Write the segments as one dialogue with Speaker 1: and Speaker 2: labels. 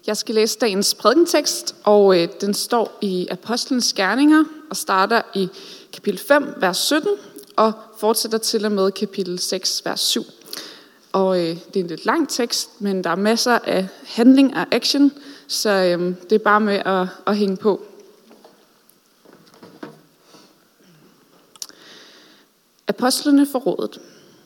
Speaker 1: Jeg skal læse dagens prædikentekst, og den står i Apostlenes Gerninger og starter i kapitel 5, vers 17 og fortsætter til og med kapitel 6, vers 7. Og det er en lidt lang tekst, men der er masser af handling og action, så det er bare med at hænge på. Apostlene for rådet.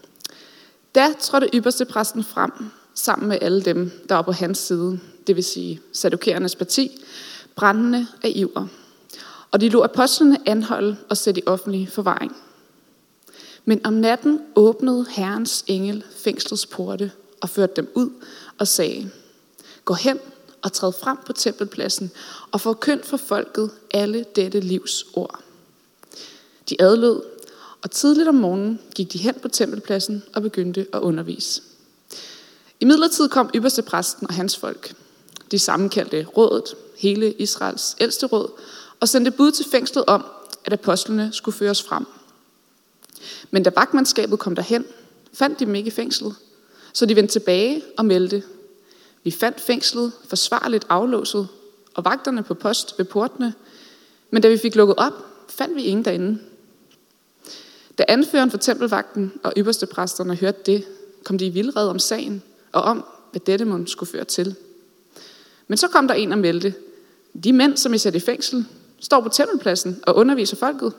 Speaker 1: Da trådte ypperstepræsten frem sammen med alle dem, der var på hans side, det vil sige saddukerernes parti, brændende af iver. Og de lod apostlene anholde og sætte i offentlig forvaring. Men om natten åbnede Herrens engel fængslets porte og førte dem ud og sagde: Gå hen og træd frem på tempelpladsen og forkynd for folket alle dette livs ord. De adlød, og tidligt om morgenen gik de hen på tempelpladsen og begyndte at undervise. Imidlertid kom ypperstepræsten og hans folk. De sammenkaldte rådet, hele Israels ældste råd, og sendte bud til fængslet om, at apostlene skulle føres frem. Men da vagtmandskabet kom derhen, fandt de dem ikke i fængslet, så de vendte tilbage og meldte: Vi fandt fængslet forsvarligt aflåset og vagterne på post ved portene, men da vi fik lukket op, fandt vi ingen derinde. Da anføreren for tempelvagten og ypperstepræsterne hørte det, kom de i vildrede om sagen og om, hvad dette mon skulle føre til. Men så kom der en og meldte: De mænd, som I satte i fængsel, står på tempelpladsen og underviser folket.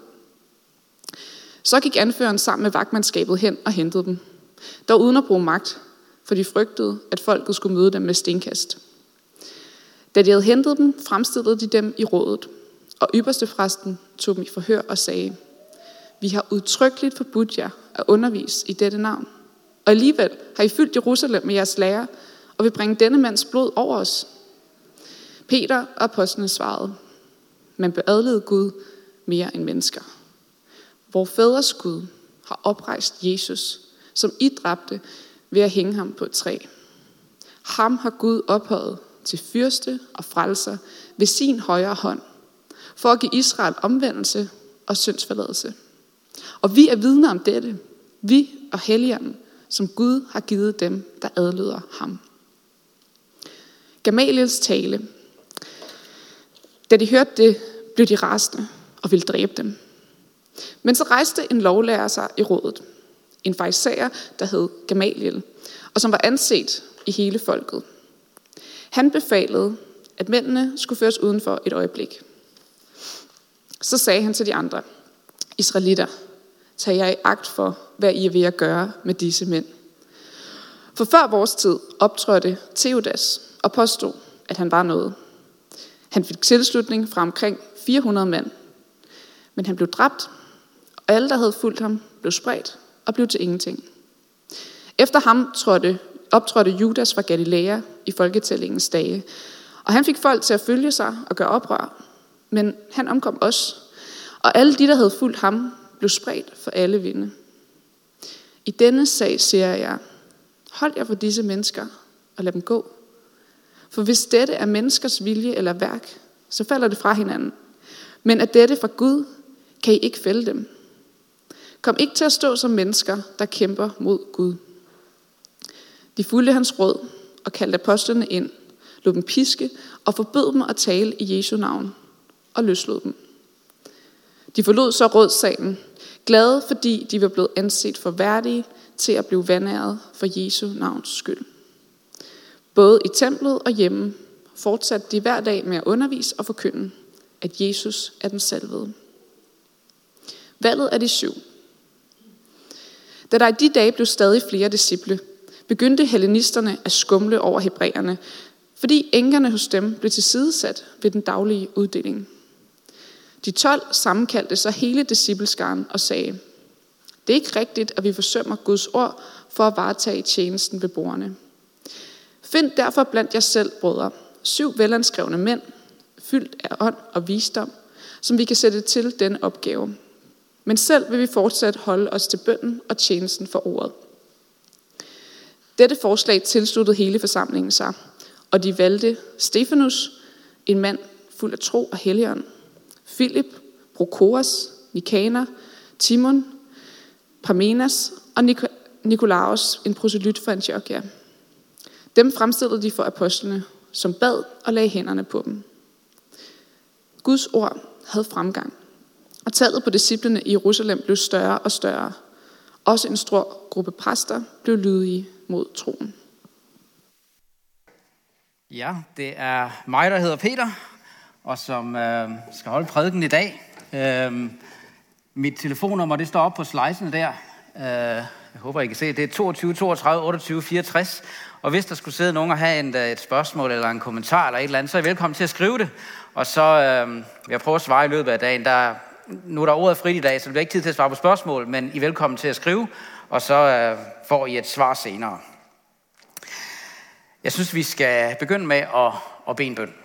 Speaker 1: Så gik anføreren sammen med vagtmandskabet hen og hentede dem, dog uden at bruge magt, for de frygtede, at folket skulle møde dem med stenkast. Da de havde hentet dem, fremstillede de dem i rådet, og ypperstepræsten tog dem i forhør og sagde: Vi har udtrykkeligt forbudt jer at undervise i dette navn, og alligevel har I fyldt Jerusalem med jeres lære, og vil bringe denne mands blod over os. Peter og apostlene svarede: Man bør adlyde Gud mere end mennesker. Vor fædres Gud har oprejst Jesus, som I dræbte ved at hænge ham på et træ. Ham har Gud ophøjet til fyrste og frelser ved sin højre hånd, for at give Israel omvendelse og syndsforladelse. Og vi er vidner om dette, vi og Helligånden, som Gud har givet dem, der adlyder ham. Gamaliels tale. Da de hørte det, blev de rasende og ville dræbe dem. Men så rejste en lovlærer sig i rådet, en farisæer, der hed Gamaliel, og som var anset i hele folket. Han befalede, at mændene skulle føres udenfor et øjeblik. Så sagde han til de andre: Israelitter, tag jer i agt for, hvad I er ved at gøre med disse mænd. For før vores tid optrådte Theodas og påstod, at han var noget. Han fik tilslutning fra omkring 400 mand, men han blev dræbt, og alle, der havde fulgt ham, blev spredt og blev til ingenting. Efter ham optrådte Judas fra Galilea i folketællingens dage, og han fik folk til at følge sig og gøre oprør, men han omkom også, og alle de, der havde fulgt ham, blev spredt for alle vinde. I denne sag siger jeg: Hold jer for disse mennesker og lad dem gå. For hvis dette er menneskers vilje eller værk, så falder det fra hinanden. Men at dette fra Gud, kan I ikke fælde dem. Kom ikke til at stå som mennesker, der kæmper mod Gud. De fulgte hans råd og kaldte apostlene ind, lod dem piske og forbød dem at tale i Jesu navn og løslod dem. De forlod så rådssalen, glade fordi de var blevet anset for værdige til at blive vandæret for Jesu navns skyld. Både i templet og hjemme fortsatte de hver dag med at undervise og forkynde, at Jesus er den salvede. Valget af de 7. Da der i de dage blev stadig flere disciple, begyndte hellenisterne at skumle over hebræerne, fordi enkerne hos dem blev tilsidesat ved den daglige uddeling. De 12 sammenkaldte så hele discipleskaren og sagde: Det er ikke rigtigt, at vi forsømmer Guds ord for at varetage tjenesten ved bordene. Find derfor blandt jer selv, brødre, 7 velanskrevne mænd, fyldt af ånd og visdom, som vi kan sætte til denne opgave. Men selv vil vi fortsat holde os til bønnen og tjenesten for ordet. Dette forslag tilsluttede hele forsamlingen sig, og de valgte Stefanus, en mand fuld af tro og helligånd, Philip, Prochorus, Nikaner, Timon, Parmenas og Nikolaus, en proselyt fra Antiochia. Dem fremstillede de for apostlene, som bad og lagde hænderne på dem. Guds ord havde fremgang, og tallet på disciplene i Jerusalem blev større og større. Også en stor gruppe præster blev lydige mod troen.
Speaker 2: Ja, det er mig, der hedder Peter, og som skal holde prædiken i dag. Mit telefonnummer, det står op på slidesen der. Jeg håber, I kan se, det er 22 32 28 64. Og hvis der skulle sidde nogen og have et spørgsmål eller en kommentar eller et eller andet, så er I velkommen til at skrive det. Og så vil jeg prøve at svare i løbet af dagen. Nu er der ordet frit i dag, så det bliver ikke tid til at svare på spørgsmål, men I er velkommen til at skrive, og så får I et svar senere. Jeg synes, vi skal begynde med at bede en bøn.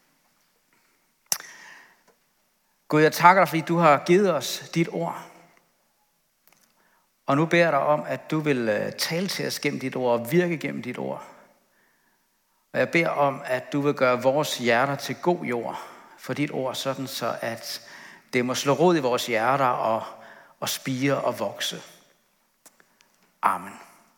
Speaker 2: Gud, jeg takker dig, fordi du har givet os dit ord. Og nu beder jeg dig om, at du vil tale til os gennem dit ord og virke gennem dit ord. Og jeg beder om, at du vil gøre vores hjerter til god jord for dit ord, sådan så at det må slå rod i vores hjerter og spire og vokse. Amen.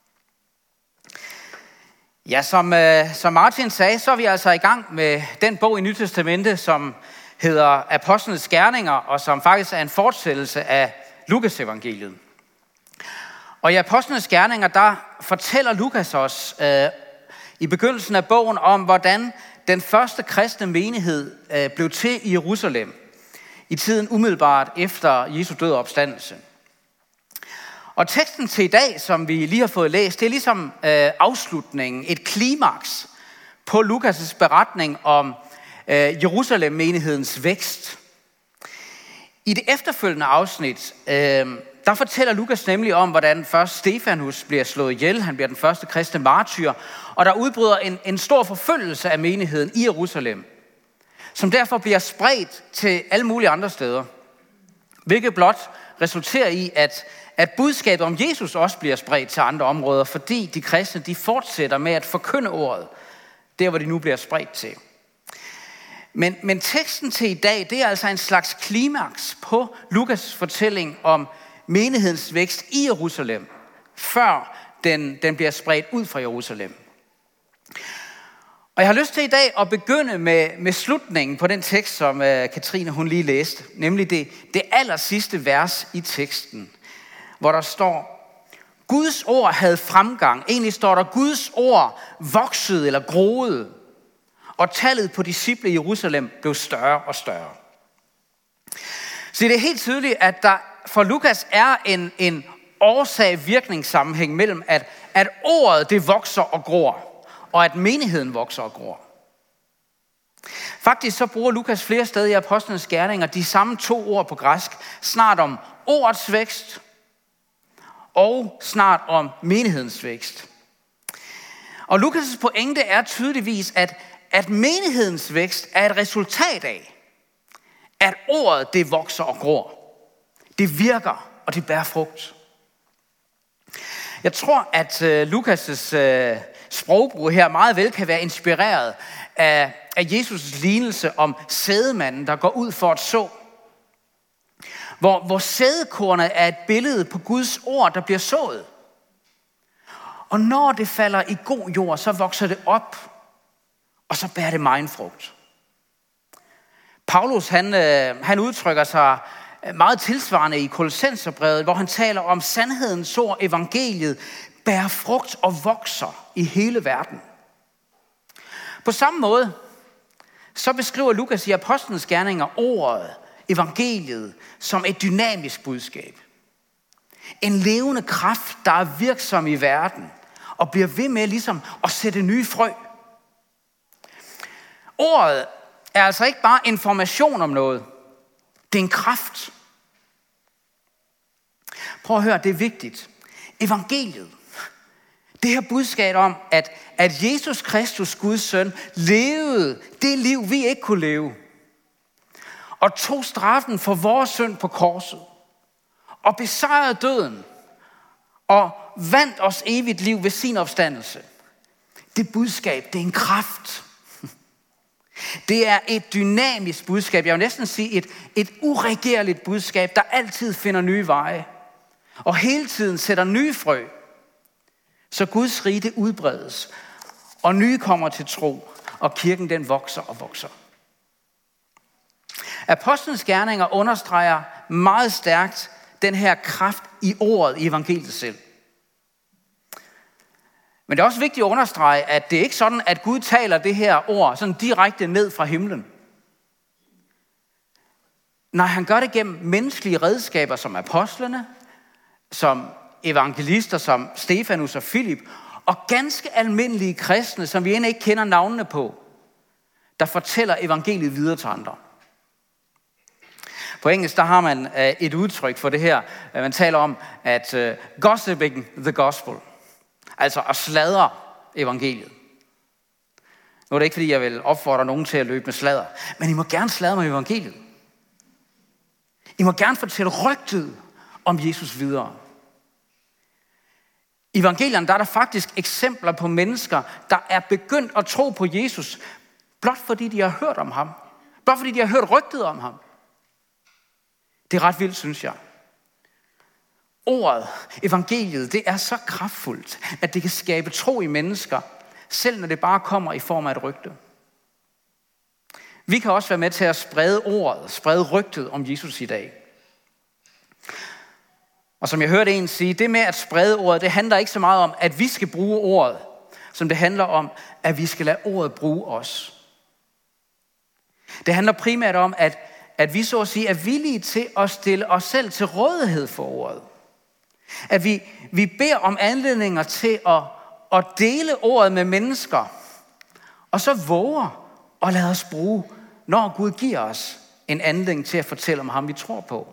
Speaker 2: Ja, som Martin sagde, så er vi altså i gang med den bog i Nyt Testamente, som hedder Apostlenes Gerninger, og som faktisk er en fortsættelse af Lukas evangeliet. Og i Apostlenes Gerninger, der fortæller Lukas os i begyndelsen af bogen om, hvordan den første kristne menighed blev til i Jerusalem i tiden umiddelbart efter Jesu død og opstandelse. Og teksten til i dag, som vi lige har fået læst, det er ligesom afslutningen, et klimaks på Lukas' beretning om Jerusalem-menighedens vækst. I det efterfølgende afsnit, der fortæller Lukas nemlig om, hvordan først Stefanus bliver slået ihjel, han bliver den første kristne martyr, og der udbryder en stor forfølgelse af menigheden i Jerusalem, som derfor bliver spredt til alle mulige andre steder, hvilket blot resulterer i, at budskabet om Jesus også bliver spredt til andre områder, fordi de kristne de fortsætter med at forkynde ordet, der hvor de nu bliver spredt til. Men teksten til i dag, det er altså en slags klimaks på Lukas' fortælling om menighedens vækst i Jerusalem, før den bliver spredt ud fra Jerusalem. Og jeg har lyst til i dag at begynde med slutningen på den tekst, som Katrine hun lige læste, nemlig det aller sidste vers i teksten, hvor der står, Guds ord havde fremgang. Egentlig står der, Guds ord voksede eller groede, og tallet på disciple i Jerusalem blev større og større. Så det er helt tydeligt, at der for Lukas er en årsag-virkningssammenhæng mellem, at ordet det vokser og gror, og at menigheden vokser og gror. Faktisk så bruger Lukas flere steder i Apostlenes Gerninger de samme to ord på græsk, snart om ordets vækst og snart om menighedens vækst. Og Lukas' pointe er tydeligvis, at menighedens vækst er et resultat af, at ordet det vokser og gror. Det virker, og det bærer frugt. Jeg tror, at Lukas' sprogbrug her meget vel kan være inspireret af Jesus' lignelse om sædemanden, der går ud for at så. Hvor sædekornet er et billede på Guds ord, der bliver sået. Og når det falder i god jord, så vokser det op, og så bærer det megen frugt. Paulus han udtrykker sig meget tilsvarende i Kolossenserbrevet, hvor han taler om sandhedens ord, evangeliet, bærer frugt og vokser i hele verden. På samme måde, så beskriver Lukas i Apostlenes Gerninger ordet, evangeliet, som et dynamisk budskab. En levende kraft, der er virksom i verden, og bliver ved med ligesom at sætte nye frø. Ordet er altså ikke bare information om noget. Det er en kraft. Prøv at høre, det er vigtigt. Evangeliet. Det her budskab om, at Jesus Kristus, Guds søn, levede det liv, vi ikke kunne leve. Og tog straffen for vores synd på korset. Og besejrede døden. Og vandt os evigt liv ved sin opstandelse. Det budskab, det er en kraft. Det er et dynamisk budskab. Jeg vil næsten sige et uregerligt budskab, der altid finder nye veje. Og hele tiden sætter nye frø. Så Guds rige det udbredes. Og nye kommer til tro. og kirken den vokser og vokser. Apostlenes gerninger understreger meget stærkt den her kraft i ordet i evangeliet selv. Men det er også vigtigt at understrege, at det ikke er sådan, at Gud taler det her ord sådan direkte ned fra himlen. Nej, han gør det gennem menneskelige redskaber som apostlene, som evangelister som Stefanus og Filip, og ganske almindelige kristne, som vi end ikke kender navnene på, der fortæller evangeliet videre til andre. På engelsk, der har man et udtryk for det her. Man taler om, at gossiping the gospel. Altså at sladre evangeliet. Nu er det ikke, fordi jeg vil opfordre nogen til at løbe med sladder, men I må gerne sladre med evangeliet. I må gerne fortælle rygtet om Jesus videre. I evangelierne, der er der faktisk eksempler på mennesker, der er begyndt at tro på Jesus, blot fordi de har hørt om ham. Blot fordi de har hørt rygtet om ham. Det er ret vildt, synes jeg. Ordet, evangeliet, det er så kraftfuldt, at det kan skabe tro i mennesker, selv når det bare kommer i form af et rygte. Vi kan også være med til at sprede ordet, sprede rygtet om Jesus i dag. Og som jeg hørte en sige, det med at sprede ordet, det handler ikke så meget om, at vi skal bruge ordet, som det handler om, at vi skal lade ordet bruge os. Det handler primært om, at vi så at sige er villige til at stille os selv til rådighed for ordet. At vi beder om anledninger til at dele ordet med mennesker, og så våger at lade os bruge, når Gud giver os en anledning til at fortælle om ham, vi tror på.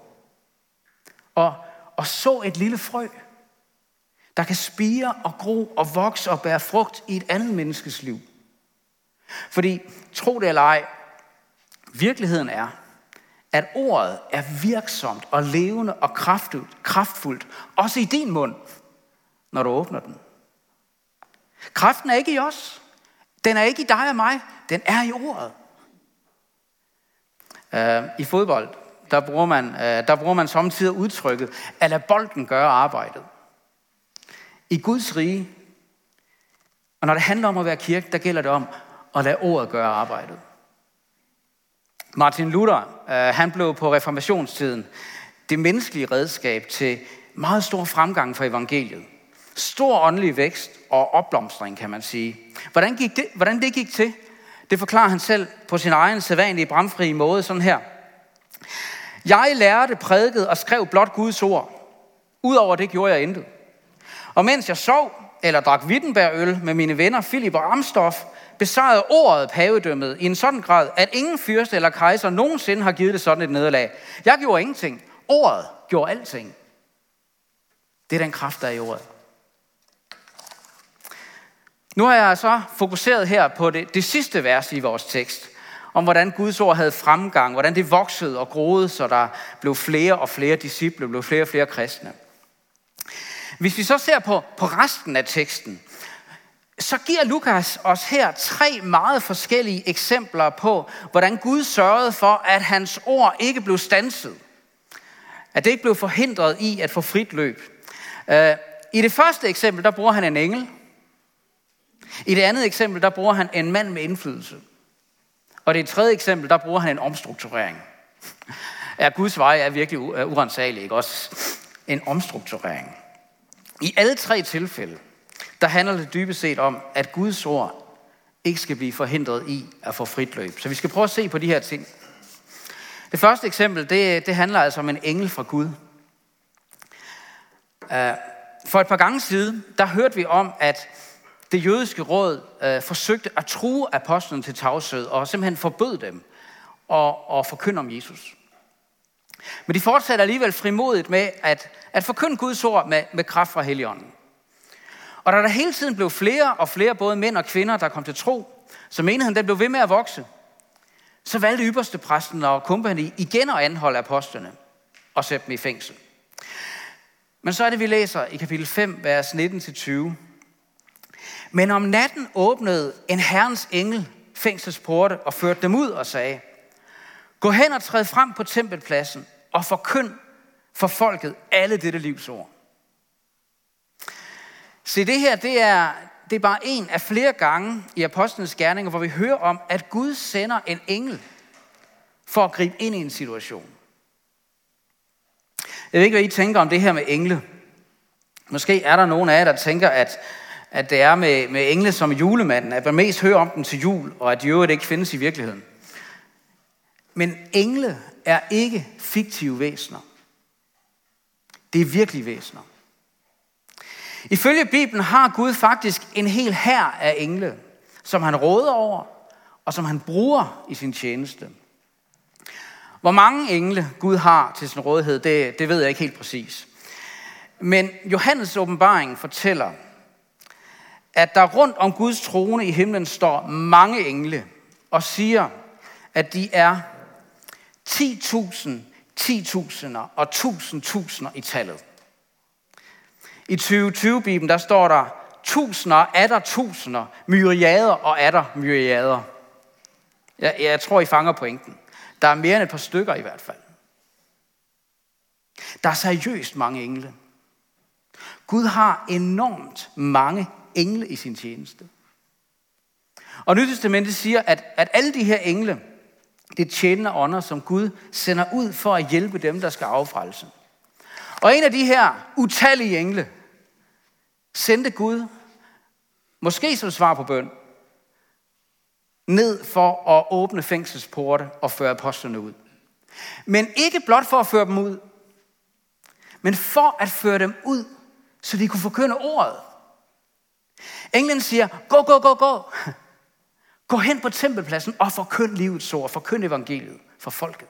Speaker 2: Og så et lille frø, der kan spire og gro og vokse og bære frugt i et andet menneskes liv. Fordi, tro det eller ej, virkeligheden er, at ordet er virksomt og levende og kraftfuldt, også i din mund, når du åbner den. Kraften er ikke i os. Den er ikke i dig og mig. Den er i ordet. I fodbold, der bruger man samtidig udtrykket, at lade bolden gøre arbejdet. I Guds rige, og når det handler om at være kirke, der gælder det om at lade ordet gøre arbejdet. Martin Luther, han blev på reformationstiden det menneskelige redskab til meget stor fremgang for evangeliet. Stor åndelig vækst og opblomstring, kan man sige. Hvordan det gik til, det forklarer han selv på sin egen sædvanlige bramfrie måde sådan her. Jeg lærte, prædikede og skrev blot Guds ord. Udover det gjorde jeg intet. Og mens jeg sov eller drak Wittenbergøl med mine venner Philip og Amstoff, besejrede ordet pavedømmet i en sådan grad, at ingen fyrste eller kejser nogensinde har givet det sådan et nederlag. Jeg gjorde ingenting. Ordet gjorde alting. Det er den kraft, der er i ordet. Nu har jeg så fokuseret her på det sidste vers i vores tekst, om hvordan Guds ord havde fremgang, hvordan det voksede og groede, så der blev flere og flere disciple, blev flere og flere kristne. Hvis vi så ser på resten af teksten, så giver Lukas os her 3 meget forskellige eksempler på, hvordan Gud sørgede for, at hans ord ikke blev standset. At det ikke blev forhindret i at få frit løb. I det første eksempel, der bruger han en engel. I det andet eksempel, der bruger han en mand med indflydelse. Og det tredje eksempel, der bruger han en omstrukturering. Ja, Guds vej er virkelig uransagelig, ikke også? En omstrukturering. I alle 3 tilfælde, der handler det dybest set om, at Guds ord ikke skal blive forhindret i at få frit løb. Så vi skal prøve at se på de her ting. Det første eksempel, det handler altså om en engel fra Gud. For et par gange siden, der hørte vi om, at det jødiske råd forsøgte at true apostlene til tavshed og simpelthen forbød dem at forkynde om Jesus. Men de fortsatte alligevel frimodigt med at forkynde Guds ord med kraft fra Helligånden. Og da der hele tiden blev flere og flere, både mænd og kvinder, der kom til tro, så menigheden den blev ved med at vokse, så valgte ypperstepræsten og kompagni igen at anholde apostlene og sætte dem i fængsel. Men så er det, vi læser i kapitel 5, vers 19-20. Men om natten åbnede en Herrens engel fængselsporte og førte dem ud og sagde, gå hen og træd frem på tempelpladsen og forkynd for folket alle dette livs ord. Se, det her, det er bare en af flere gange i apostlenes gerninger, hvor vi hører om, at Gud sender en engel for at gribe ind i en situation. Jeg ved ikke, hvad I tænker om det her med engle. Måske er der nogen af jer, der tænker, at det er med engle som julemanden, at man mest hører om dem til jul, og at de øvrigt ikke findes i virkeligheden. Men engle er ikke fiktive væsener. Det er virkelige væsener. Ifølge Bibelen har Gud faktisk en hel hær af engle, som han råder over, og som han bruger i sin tjeneste. Hvor mange engle Gud har til sin rådighed, det ved jeg ikke helt præcis. Men Johannes' åbenbaring fortæller, at der rundt om Guds trone i himlen står mange engle, og siger, at de er 10.000, 10.000 og 1.000 i tallet. I 2020-bibelen, der står der tusinder, atter tusinder, myriader og atter myriader. Jeg tror, I fanger pointen. Der er mere end et par stykker i hvert fald. Der er seriøst mange engle. Gud har enormt mange engle i sin tjeneste. Og Nyt Testamentet siger, at alle de her engle, det er tjenende ånder, som Gud sender ud for at hjælpe dem, der skal afrelse. Og en af de her utallige engle sendte Gud, måske som svar på bøn, ned for at åbne fængselsporte og føre apostlene ud. Men ikke blot for at føre dem ud, men for at føre dem ud, så de kunne forkynde ordet. Englen siger, gå. Gå hen på tempelpladsen og forkynd livets ord, forkynd evangeliet for folket.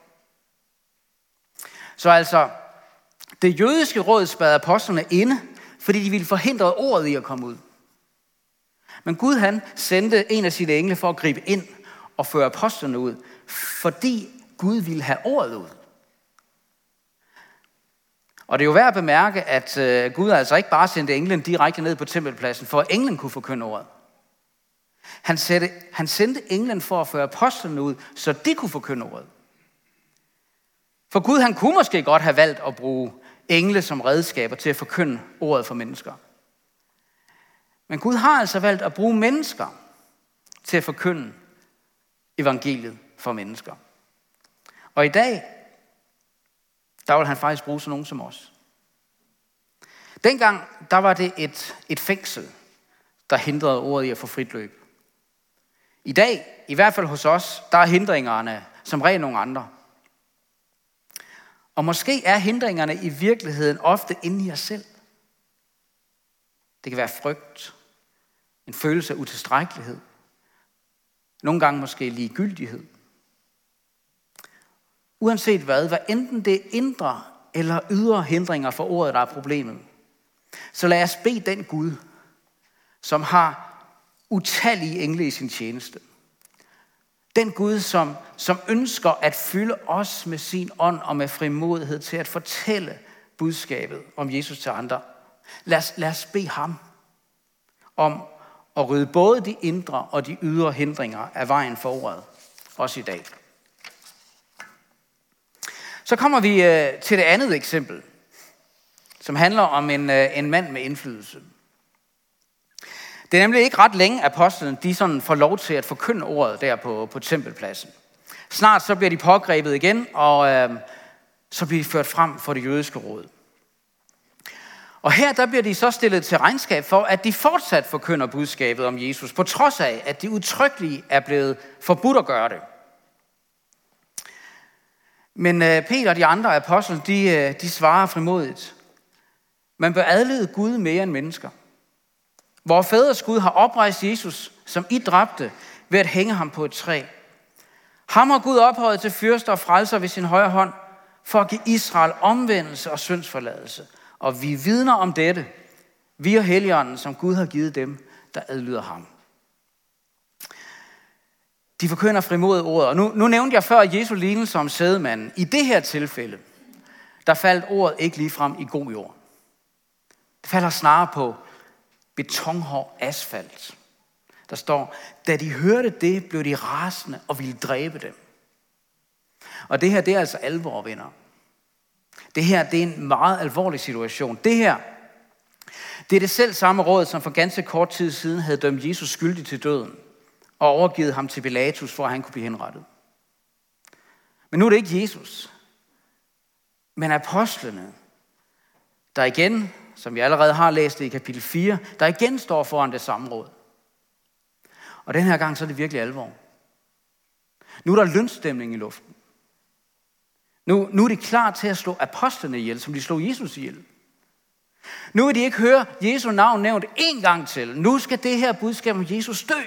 Speaker 2: Så altså, det jødiske råd spærrede apostlene inde, fordi de ville forhindre ordet i at komme ud. Men Gud han sendte en af sine engle for at gribe ind og føre apostlene ud, fordi Gud ville have ordet ud. Og det er jo værd at bemærke, at Gud altså ikke bare sendte englen direkte ned på tempelpladsen, for at englen kunne forkynde ordet. Han sendte englen for at føre apostlene ud, så de kunne forkynde ordet. For Gud han kunne måske godt have valgt at bruge engle som redskaber til at forkynde ordet for mennesker. Men Gud har altså valgt at bruge mennesker til at forkynde evangeliet for mennesker. Og i dag, der vil han faktisk bruge sådan nogen som os. Dengang, der var det et fængsel, der hindrede ordet i at få frit løb. I dag, i hvert fald hos os, der er hindringerne som regel nogle andre. Og måske er hindringerne i virkeligheden ofte inde i os selv. Det kan være frygt, en følelse af utilstrækkelighed, nogle gange måske ligegyldighed. Uanset hvad enten det er indre eller ydre hindringer for ordet, der er problemet, så lad os bede den Gud, som har utallige engle i sin tjeneste. Den Gud, som ønsker at fylde os med sin ånd og med frimodighed til at fortælle budskabet om Jesus til andre. Lad os bede ham om at rydde både de indre og de ydre hindringer af vejen for ordet, også i dag. Så kommer vi til det andet eksempel, som handler om en mand med indflydelse. Det er nemlig ikke ret længe, at apostlene de sådan får lov til at forkynde ordet der på tempelpladsen. Snart så bliver de pågrebet igen, og så bliver de ført frem for det jødiske råd. Og her der bliver de så stillet til regnskab for, at de fortsat forkynder budskabet om Jesus, på trods af, at de udtrykkeligt er blevet forbudt at gøre det. Men Peter og de andre apostle, de svarer frimodigt. Man bør adlyde Gud mere end mennesker. Vor fædres Gud har oprejst Jesus, som I dræbte, ved at hænge ham på et træ. Ham har Gud ophøjet til fyrste og frelser ved sin højre hånd, for at give Israel omvendelse og syndsforladelse. Og vi vidner om dette, vi og Helligånden, som Gud har givet dem, der adlyder ham. De forkynder frimodigt ordet, og nu nævnte jeg før Jesu lignelse om sædemanden. I det her tilfælde, der faldt ordet ikke ligefrem i god jord. Det falder snarere på betonhård asfalt. Der står, da de hørte det, blev de rasende og ville dræbe dem. Og det her, det er altså alvor, venner. Det her, det er en meget alvorlig situation. Det her, Det er det selv samme råd, som for ganske kort tid siden havde dømt Jesus skyldig til døden og overgivet ham til Pilatus, for at han kunne blive henrettet. Men nu er det ikke Jesus, men apostlene, der igen, som vi allerede har læst det i kapitel 4, der igen står foran det samme råd. Og den her gang så er det virkelig alvor. Nu er der lønstemning i luften. Nu er de klar til at slå apostlene ihjel, som de slog Jesus ihjel. Nu vil de ikke høre Jesu navn nævnt en gang til. Nu skal det her budskab om Jesus dø.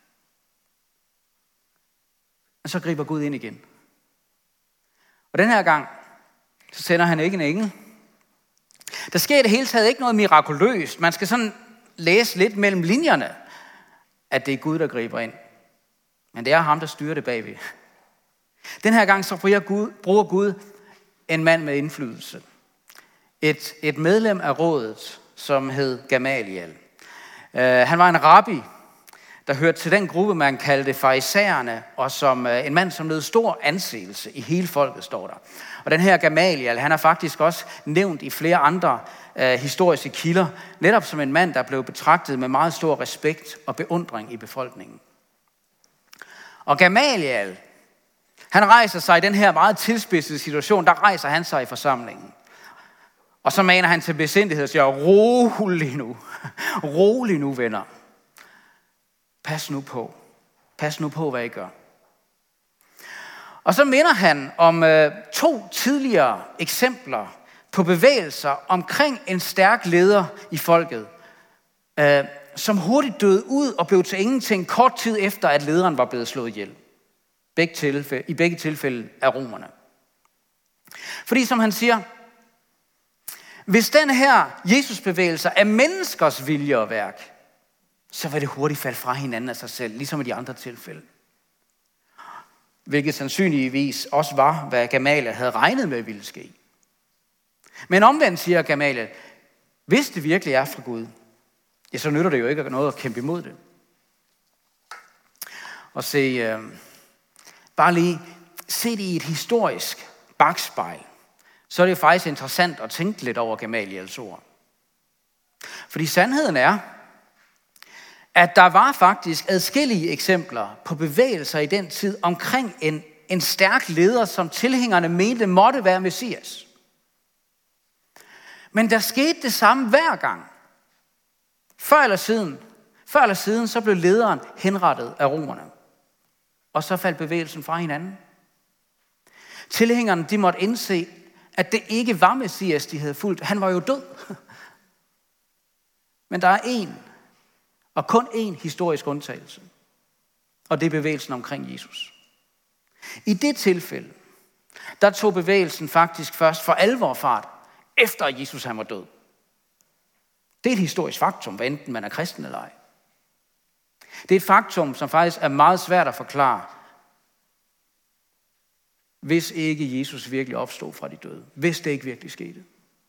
Speaker 2: Og så griber Gud ind igen. Og den her gang, så sender han ikke en engel. Der sker i det hele taget ikke noget mirakuløst. Man skal sådan læse lidt mellem linjerne, at det er Gud, der griber ind. Men det er ham, der styrer det bagved. Den her gang så bruger Gud en mand med indflydelse. Et medlem af rådet, som hed Gamaliel. Han var en rabbi, der hørte til den gruppe, man kaldte farisæerne, og som en mand, som nød stor anseelse i hele folket, står der. Og den her Gamaliel, han er faktisk også nævnt i flere andre historiske kilder, netop som en mand, der blev betragtet med meget stor respekt og beundring i befolkningen. Og Gamaliel, han rejser sig i den her meget tilspidsede situation, der rejser han sig i forsamlingen. Og så maner han til besindighed og siger, rolig nu, venner. Pas nu på, hvad I gør. Og så minder han om 2 tidligere eksempler på bevægelser omkring en stærk leder i folket, som hurtigt døde ud og blev til ingenting kort tid efter, at lederen var blevet slået ihjel. I begge tilfælde af romerne. Fordi som han siger, hvis den her Jesusbevægelse er menneskers vilje og værk, så vil det hurtigt falde fra hinanden af sig selv, ligesom i de andre tilfælde. Hvilket sandsynligvis også var, hvad Gamaliel havde regnet med ville ske. Men omvendt siger Gamaliel, hvis det virkelig er fra Gud, ja, så nytter det jo ikke noget at kæmpe imod det. Og bare lige se det i et historisk bakspejl, så er det faktisk interessant at tænke lidt over Gamaliels ord. Fordi sandheden er, at der var faktisk adskillige eksempler på bevægelser i den tid omkring en stærk leder, som tilhængerne mente måtte være Messias. Men der skete det samme hver gang. Før eller siden så blev lederen henrettet af romerne. Og så faldt bevægelsen fra hinanden. Tilhængerne, de måtte indse, at det ikke var Messias, de havde fulgt. Han var jo død. Men der er og kun én historisk undtagelse. Og det er bevægelsen omkring Jesus. I det tilfælde, der tog bevægelsen faktisk først for alvor fart, efter at Jesus han var død. Det er et historisk faktum, hvad enten man er kristen eller ej. Det er et faktum, som faktisk er meget svært at forklare, hvis ikke Jesus virkelig opstod fra de døde. Hvis det ikke virkelig skete.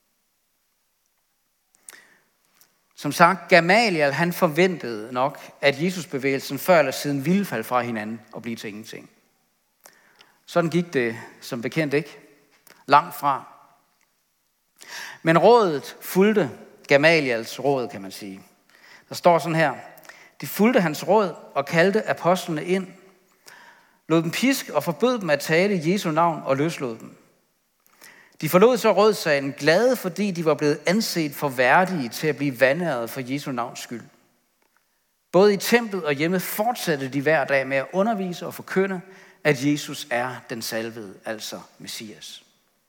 Speaker 2: Som sagt, Gamaliel han forventede nok, at Jesusbevægelsen før eller siden ville falde fra hinanden og blive til ingenting. Sådan gik det som bekendt ikke. Langt fra. Men rådet fulgte Gamaliels råd, kan man sige. Der står sådan her. De fulgte hans råd og kaldte apostlene ind, lod dem pisk og forbød dem at tale Jesu navn og løslod dem. De forlod så rådsalen glade, fordi de var blevet anset for værdige til at blive vandret for Jesu navns skyld. Både i templet og hjemme fortsatte de hver dag med at undervise og forkynde, at Jesus er den salvede, altså Messias.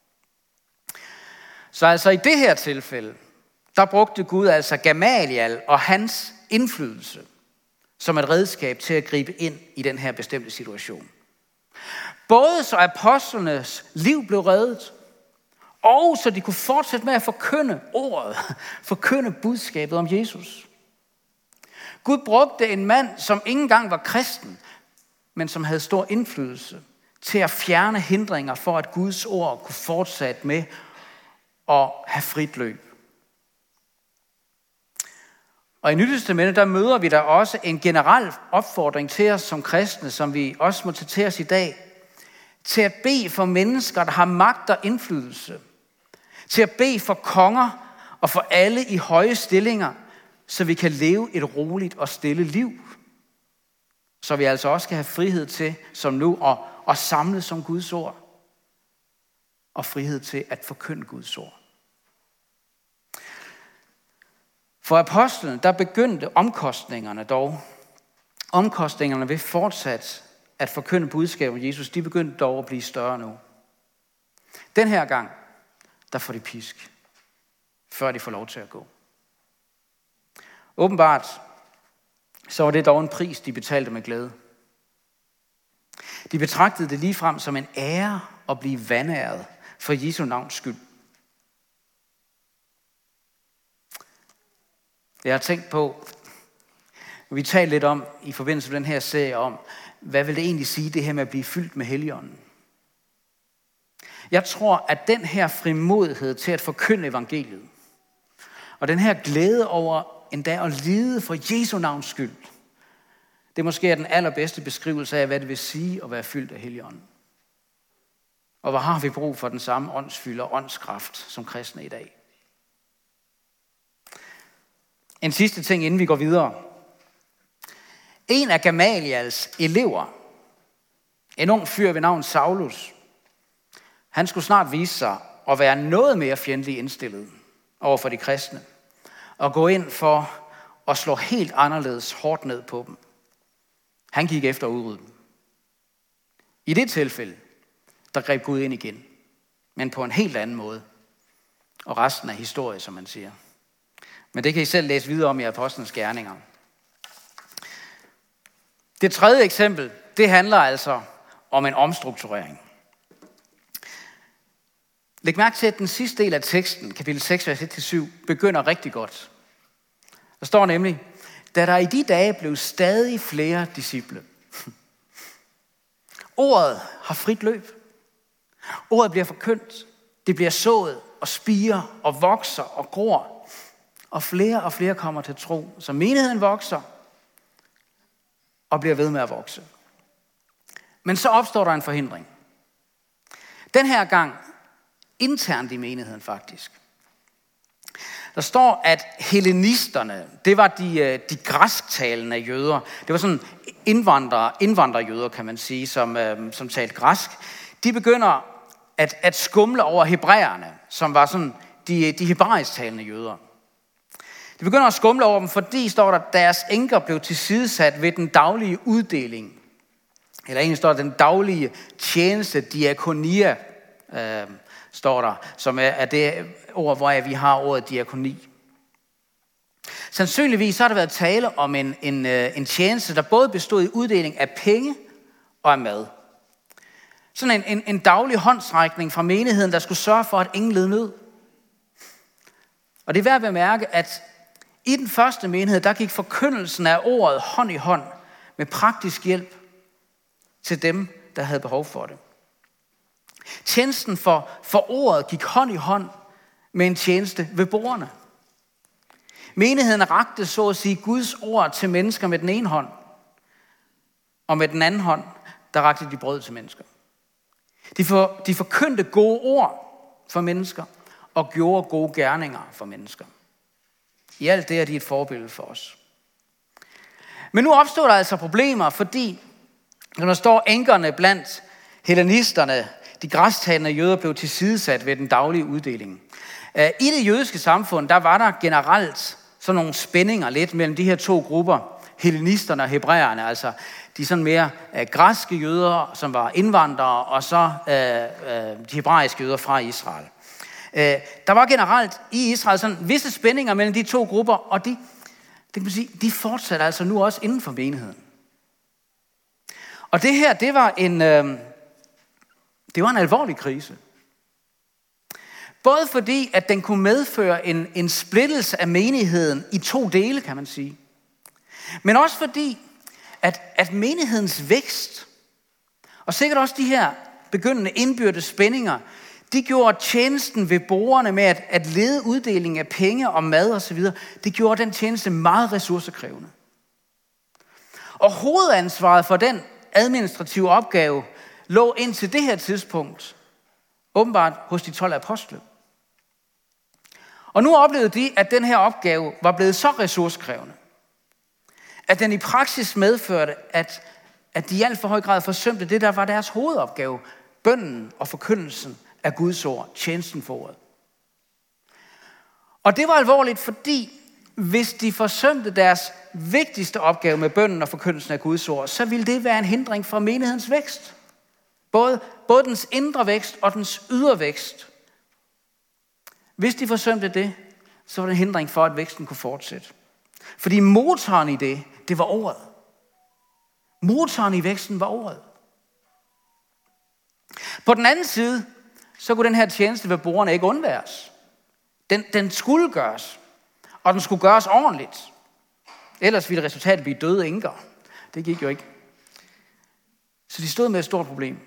Speaker 2: Så altså i det her tilfælde, der brugte Gud altså Gamaliel og hans indflydelse som et redskab til at gribe ind i den her bestemte situation. Både så apostlenes liv blev reddet, og så de kunne fortsætte med at forkynde ordet, forkynde budskabet om Jesus. Gud brugte en mand, som ikke engang var kristen, men som havde stor indflydelse til at fjerne hindringer for, at Guds ord kunne fortsætte med at have frit løb. Og i Nyt Testamentet, der møder vi der også en generel opfordring til os som kristne, som vi også må tage til os i dag, til at bede for mennesker, der har magt og indflydelse, til at bede for konger og for alle i høje stillinger, så vi kan leve et roligt og stille liv. Så vi altså også skal have frihed til, som nu, at samles som Guds ord. Og frihed til at forkynde Guds ord. For apostlen, der begyndte omkostningerne dog. Omkostningerne ved fortsat at forkynde budskabet om Jesus, de begyndte dog at blive større nu. Den her gang, der får de pisk, før de får lov til at gå. Åbenbart, så var det dog en pris, de betalte med glæde. De betragtede det ligefrem som en ære at blive vanæret for Jesu navns skyld. Jeg har tænkt på, vi talte lidt om i forbindelse med den her serie om, hvad vil det egentlig sige, det her med at blive fyldt med Helligånden? Jeg tror, at den her frimodighed til at forkynde evangeliet, og den her glæde over endda at lide for Jesu navns skyld, det måske er den allerbedste beskrivelse af, hvad det vil sige at være fyldt af Helligånden. Og hvor har vi brug for den samme åndsfylde og åndskraft som kristne i dag? En sidste ting, inden vi går videre. En af Gamaliels elever, en ung fyr ved navn Saulus, han skulle snart vise sig at være noget mere fjendtlig indstillet over for de kristne, og gå ind for at slå helt anderledes hårdt ned på dem. Han gik efter at udrydde dem. I det tilfælde, der greb Gud ind igen, men på en helt anden måde. Og resten er historie, som man siger. Men det kan I selv læse videre om i Apostlenes Gerninger. Det tredje eksempel, det handler altså om en omstrukturering. Læg mærke til, at den sidste del af teksten, kapitel 6, vers 1-7, begynder rigtig godt. Der står nemlig, da der i de dage blev stadig flere disciple. Ordet har frit løb. Ordet bliver forkyndt. Det bliver sået og spirer og vokser og gror. Og flere kommer til tro. Så menigheden vokser og bliver ved med at vokse. Men så opstår der en forhindring. Den her gang internt i menigheden faktisk. Der står, at hellenisterne, det var de græsktalende jøder. Det var sådan indvandrerjøder, kan man sige, som talte græsk. De begynder at skumle over hebræerne, som var sådan de hebraisk talende jøder. De begynder at skumle over dem, fordi, står der, deres enker blev tilsidesat ved den daglige uddeling. Eller egentlig står der, den daglige tjeneste, diakonia, står der, som er det ord, hvor vi har ordet diakoni. Sandsynligvis så har der været tale om en tjeneste, der både bestod i uddeling af penge og af mad. Sådan en daglig håndsrækning fra menigheden, der skulle sørge for, at ingen led nød. Og det er værd at bemærke, at i den første menighed, der gik forkyndelsen af ordet hånd i hånd med praktisk hjælp til dem, der havde behov for det. Tjenesten for ordet gik hånd i hånd med en tjeneste ved bordene. Menigheden rakte så at sige Guds ord til mennesker med den ene hånd, og med den anden hånd, der rakte de brød til mennesker. De forkyndte gode ord for mennesker, og gjorde gode gerninger for mennesker. I alt det er de et forbillede for os. Men nu opstår der altså problemer, fordi når der står enkerne blandt hellenisterne, de græstalende jøder blev tilsidesat ved den daglige uddeling. I det jødiske samfund, der var der generelt sådan nogle spændinger lidt mellem de her to grupper, hellenisterne og hebræerne, altså de sådan mere græske jøder, som var indvandrere, og så de hebraiske jøder fra Israel. Der var generelt i Israel sådan visse spændinger mellem de to grupper, og de fortsætter altså nu også inden for menigheden. Og det her, det var en alvorlig krise. Både fordi, at den kunne medføre en splittelse af menigheden i to dele, kan man sige. Men også fordi, at menighedens vækst, og sikkert også de her begyndende indbyrdes spændinger, de gjorde tjenesten ved bordene med at lede uddeling af penge og mad osv., det gjorde den tjeneste meget ressourcekrævende. Og hovedansvaret for den administrative opgave lå indtil det her tidspunkt åbenbart hos de 12 apostle. Og nu oplevede de, at den her opgave var blevet så ressourcekrævende, at den i praksis medførte, at de i alt for høj grad forsømte det, der var deres hovedopgave, bønnen og forkyndelsen af Guds ord, tjenesten for ordet. Og det var alvorligt, fordi hvis de forsømte deres vigtigste opgave med bønnen og forkyndelsen af Guds ord, så ville det være en hindring for menighedens vækst. Både dens indre vækst og dens ydre vækst. Hvis de forsømte det, så var det en hindring for, at væksten kunne fortsætte. Fordi motoren i det var ordet. Motoren i væksten var ordet. På den anden side, så kunne den her tjeneste ved bordene ikke undværes. Den skulle gøres, og den skulle gøres ordentligt. Ellers ville resultatet blive døde enker. Det gik jo ikke. Så de stod med et stort problem.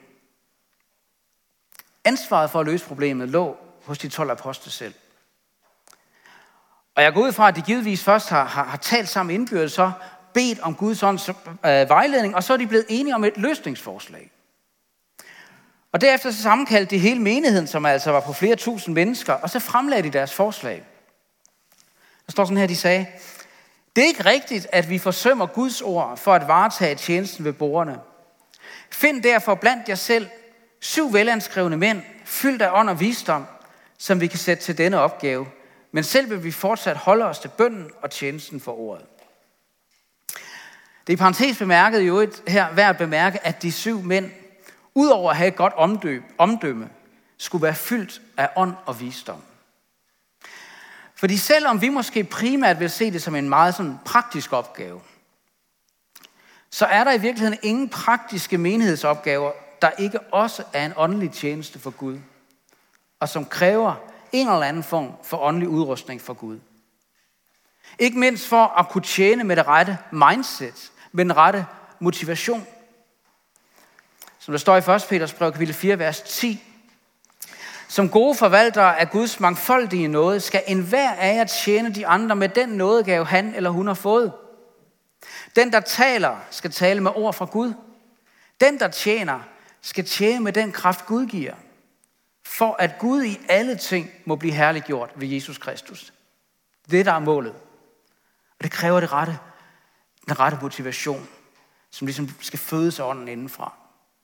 Speaker 2: Ansvaret for at løse problemet lå hos de 12 apostle selv. Og jeg går ud fra, at de givetvis først har talt sammen indbyrdes, så bedt om Guds ånds vejledning, og så er de blevet enige om et løsningsforslag. Og derefter så sammenkaldte de hele menigheden, som altså var på flere tusind mennesker, og så fremlagde de deres forslag. Der står sådan her, de sagde: det er ikke rigtigt, at vi forsømmer Guds ord for at varetage tjenesten ved bordene. Find derfor blandt jer selv 7 velanskrevne mænd, fyldt af ånd og visdom, som vi kan sætte til denne opgave. Men selv vil vi fortsat holde os til bønnen og tjenesten for ordet. Det er i parentes bemærket jo her værd at bemærke, at de 7 mænd, udover at have et godt omdømme, skulle være fyldt af ånd og visdom. Fordi selvom vi måske primært vil se det som en meget sådan praktisk opgave, så er der i virkeligheden ingen praktiske menighedsopgaver, der ikke også er en åndelig tjeneste for Gud, og som kræver en eller anden form for åndelig udrustning for Gud. Ikke mindst for at kunne tjene med det rette mindset, med den rette motivation. Som der står i 1. Peters brev, kapitel 4, vers 10. Som gode forvaltere af Guds mangfoldige nåde, skal enhver af jer tjene de andre med den nådegave, han eller hun har fået. Den, der taler, skal tale med ord fra Gud. Den, der tjener, skal tjene med den kraft, Gud giver. For at Gud i alle ting må blive herliggjort ved Jesus Kristus. Det, der er målet. Og det kræver den rette motivation, som ligesom skal fødes af ånden indenfra.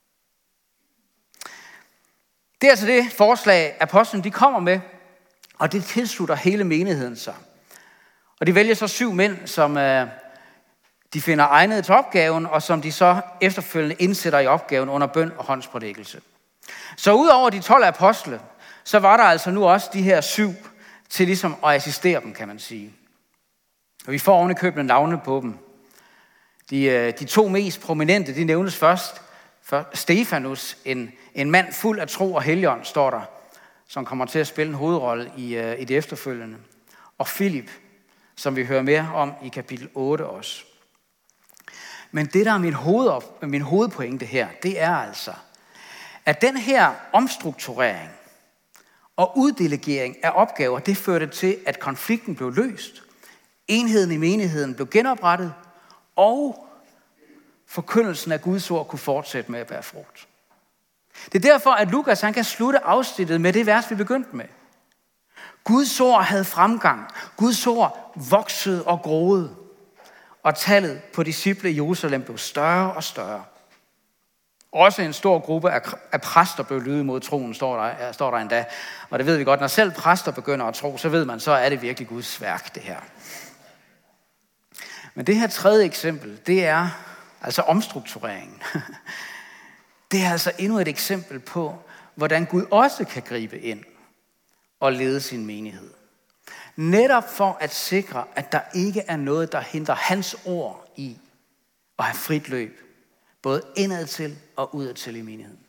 Speaker 2: Det er altså det forslag, apostlene de kommer med, og det tilslutter hele menigheden sig. Og de vælger så 7 mænd, som de finder egnet til opgaven, og som de så efterfølgende indsætter i opgaven under bøn og håndsprædikelse. Så udover de 12 apostle, så var der altså nu også de her 7 til ligesom at assistere dem, kan man sige. Og vi får ovenikøbende navne på dem. De 2 mest prominente, de nævnes først. Stefanus, en mand fuld af tro og helligånd, står der, som kommer til at spille en hovedrolle i det efterfølgende. Og Filip, som vi hører mere om i kapitel 8 også. Men det, der er min hovedpointe her, det er altså, at den her omstrukturering og uddelegering af opgaver, det førte til, at konflikten blev løst, enheden i menigheden blev genoprettet, og forkyndelsen af Guds ord kunne fortsætte med at bære frugt. Det er derfor, at Lukas han kan slutte afsnittet med det vers, vi begyndte med. Guds ord havde fremgang. Guds ord voksede og groede. Og tallet på disciple i Jerusalem blev større og større. Også en stor gruppe af præster blev lydige mod troen, står der endda. Og det ved vi godt, når selv præster begynder at tro, så ved man, så er det virkelig Guds værk, det her. Men det her tredje eksempel, det er altså omstruktureringen. Det er altså endnu et eksempel på, hvordan Gud også kan gribe ind og lede sin menighed. Netop for at sikre, at der ikke er noget, der hindrer hans ord i at have frit løb, både indad til og udad til i menigheden.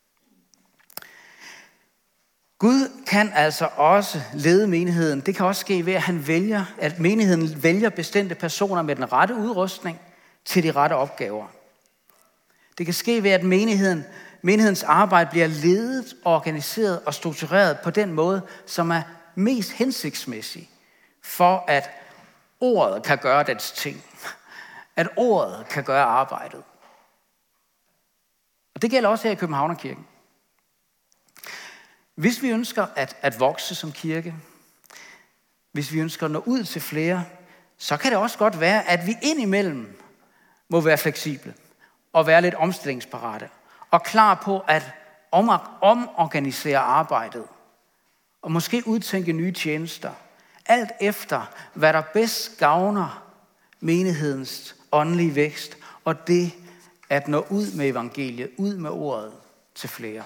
Speaker 2: Gud kan altså også lede menigheden. Det kan også ske ved, at menigheden vælger bestemte personer med den rette udrustning til de rette opgaver. Det kan ske ved, at menighedens arbejde bliver ledet, organiseret og struktureret på den måde, som er mest hensigtsmæssig, for at ordet kan gøre dets ting. At ordet kan gøre arbejdet. Og det gælder også her i Københavnerkirken. Hvis vi ønsker at vokse som kirke, hvis vi ønsker at nå ud til flere, så kan det også godt være, at vi indimellem må være fleksible og være lidt omstillingsparate og klar på at omorganisere arbejdet og måske udtænke nye tjenester, alt efter hvad der bedst gavner menighedens åndelige vækst og det at nå ud med evangeliet, ud med ordet til flere.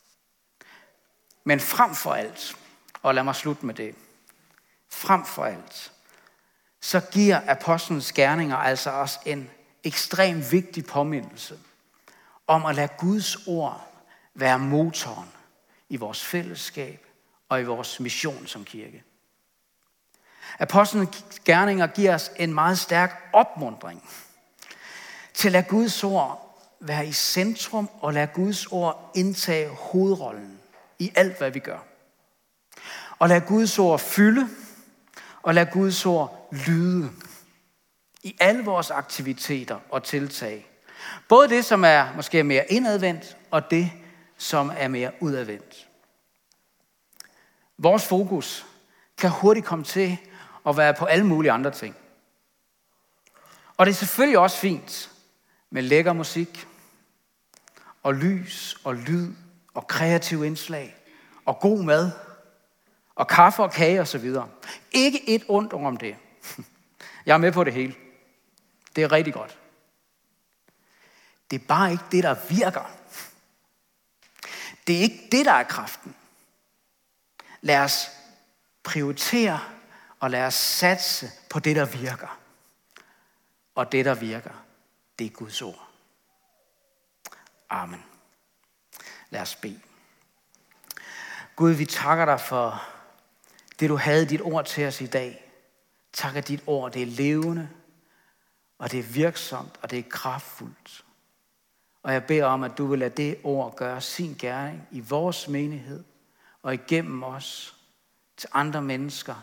Speaker 2: Men frem for alt, og lad mig slutte med det, frem for alt, så giver apostlenes gerninger altså os en ekstremt vigtig påmindelse om at lade Guds ord være motoren i vores fællesskab og i vores mission som kirke. Apostlenes gerninger giver os en meget stærk opmuntring til at lade Guds ord være i centrum og lade Guds ord indtage hovedrollen i alt, hvad vi gør. Og lade Guds ord fylde og lade Guds ord lyde i alle vores aktiviteter og tiltag. Både det, som er måske mere indadvendt, og det, som er mere udadvendt. Vores fokus kan hurtigt komme til at være på alle mulige andre ting. Og det er selvfølgelig også fint med lækker musik, og lys, og lyd, og kreative indslag, og god mad, og kaffe og kage osv. Ikke et ondt om det. Jeg er med på det hele. Det er rigtig godt. Det er bare ikke det, der virker. Det er ikke det, der er kraften. Lad os prioritere, og lad os satse på det, der virker. Og det, der virker, det er Guds ord. Amen. Lad os bede. Gud, vi takker dig for det, du havde dit ord til os i dag. Tak, at dit ord, det er levende, og det er virksomt, og det er kraftfuldt. Og jeg beder om, at du vil lade det ord gøre sin gerning i vores menighed, og igennem os til andre mennesker,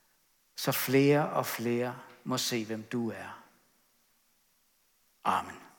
Speaker 2: så flere og flere må se, hvem du er. Amen.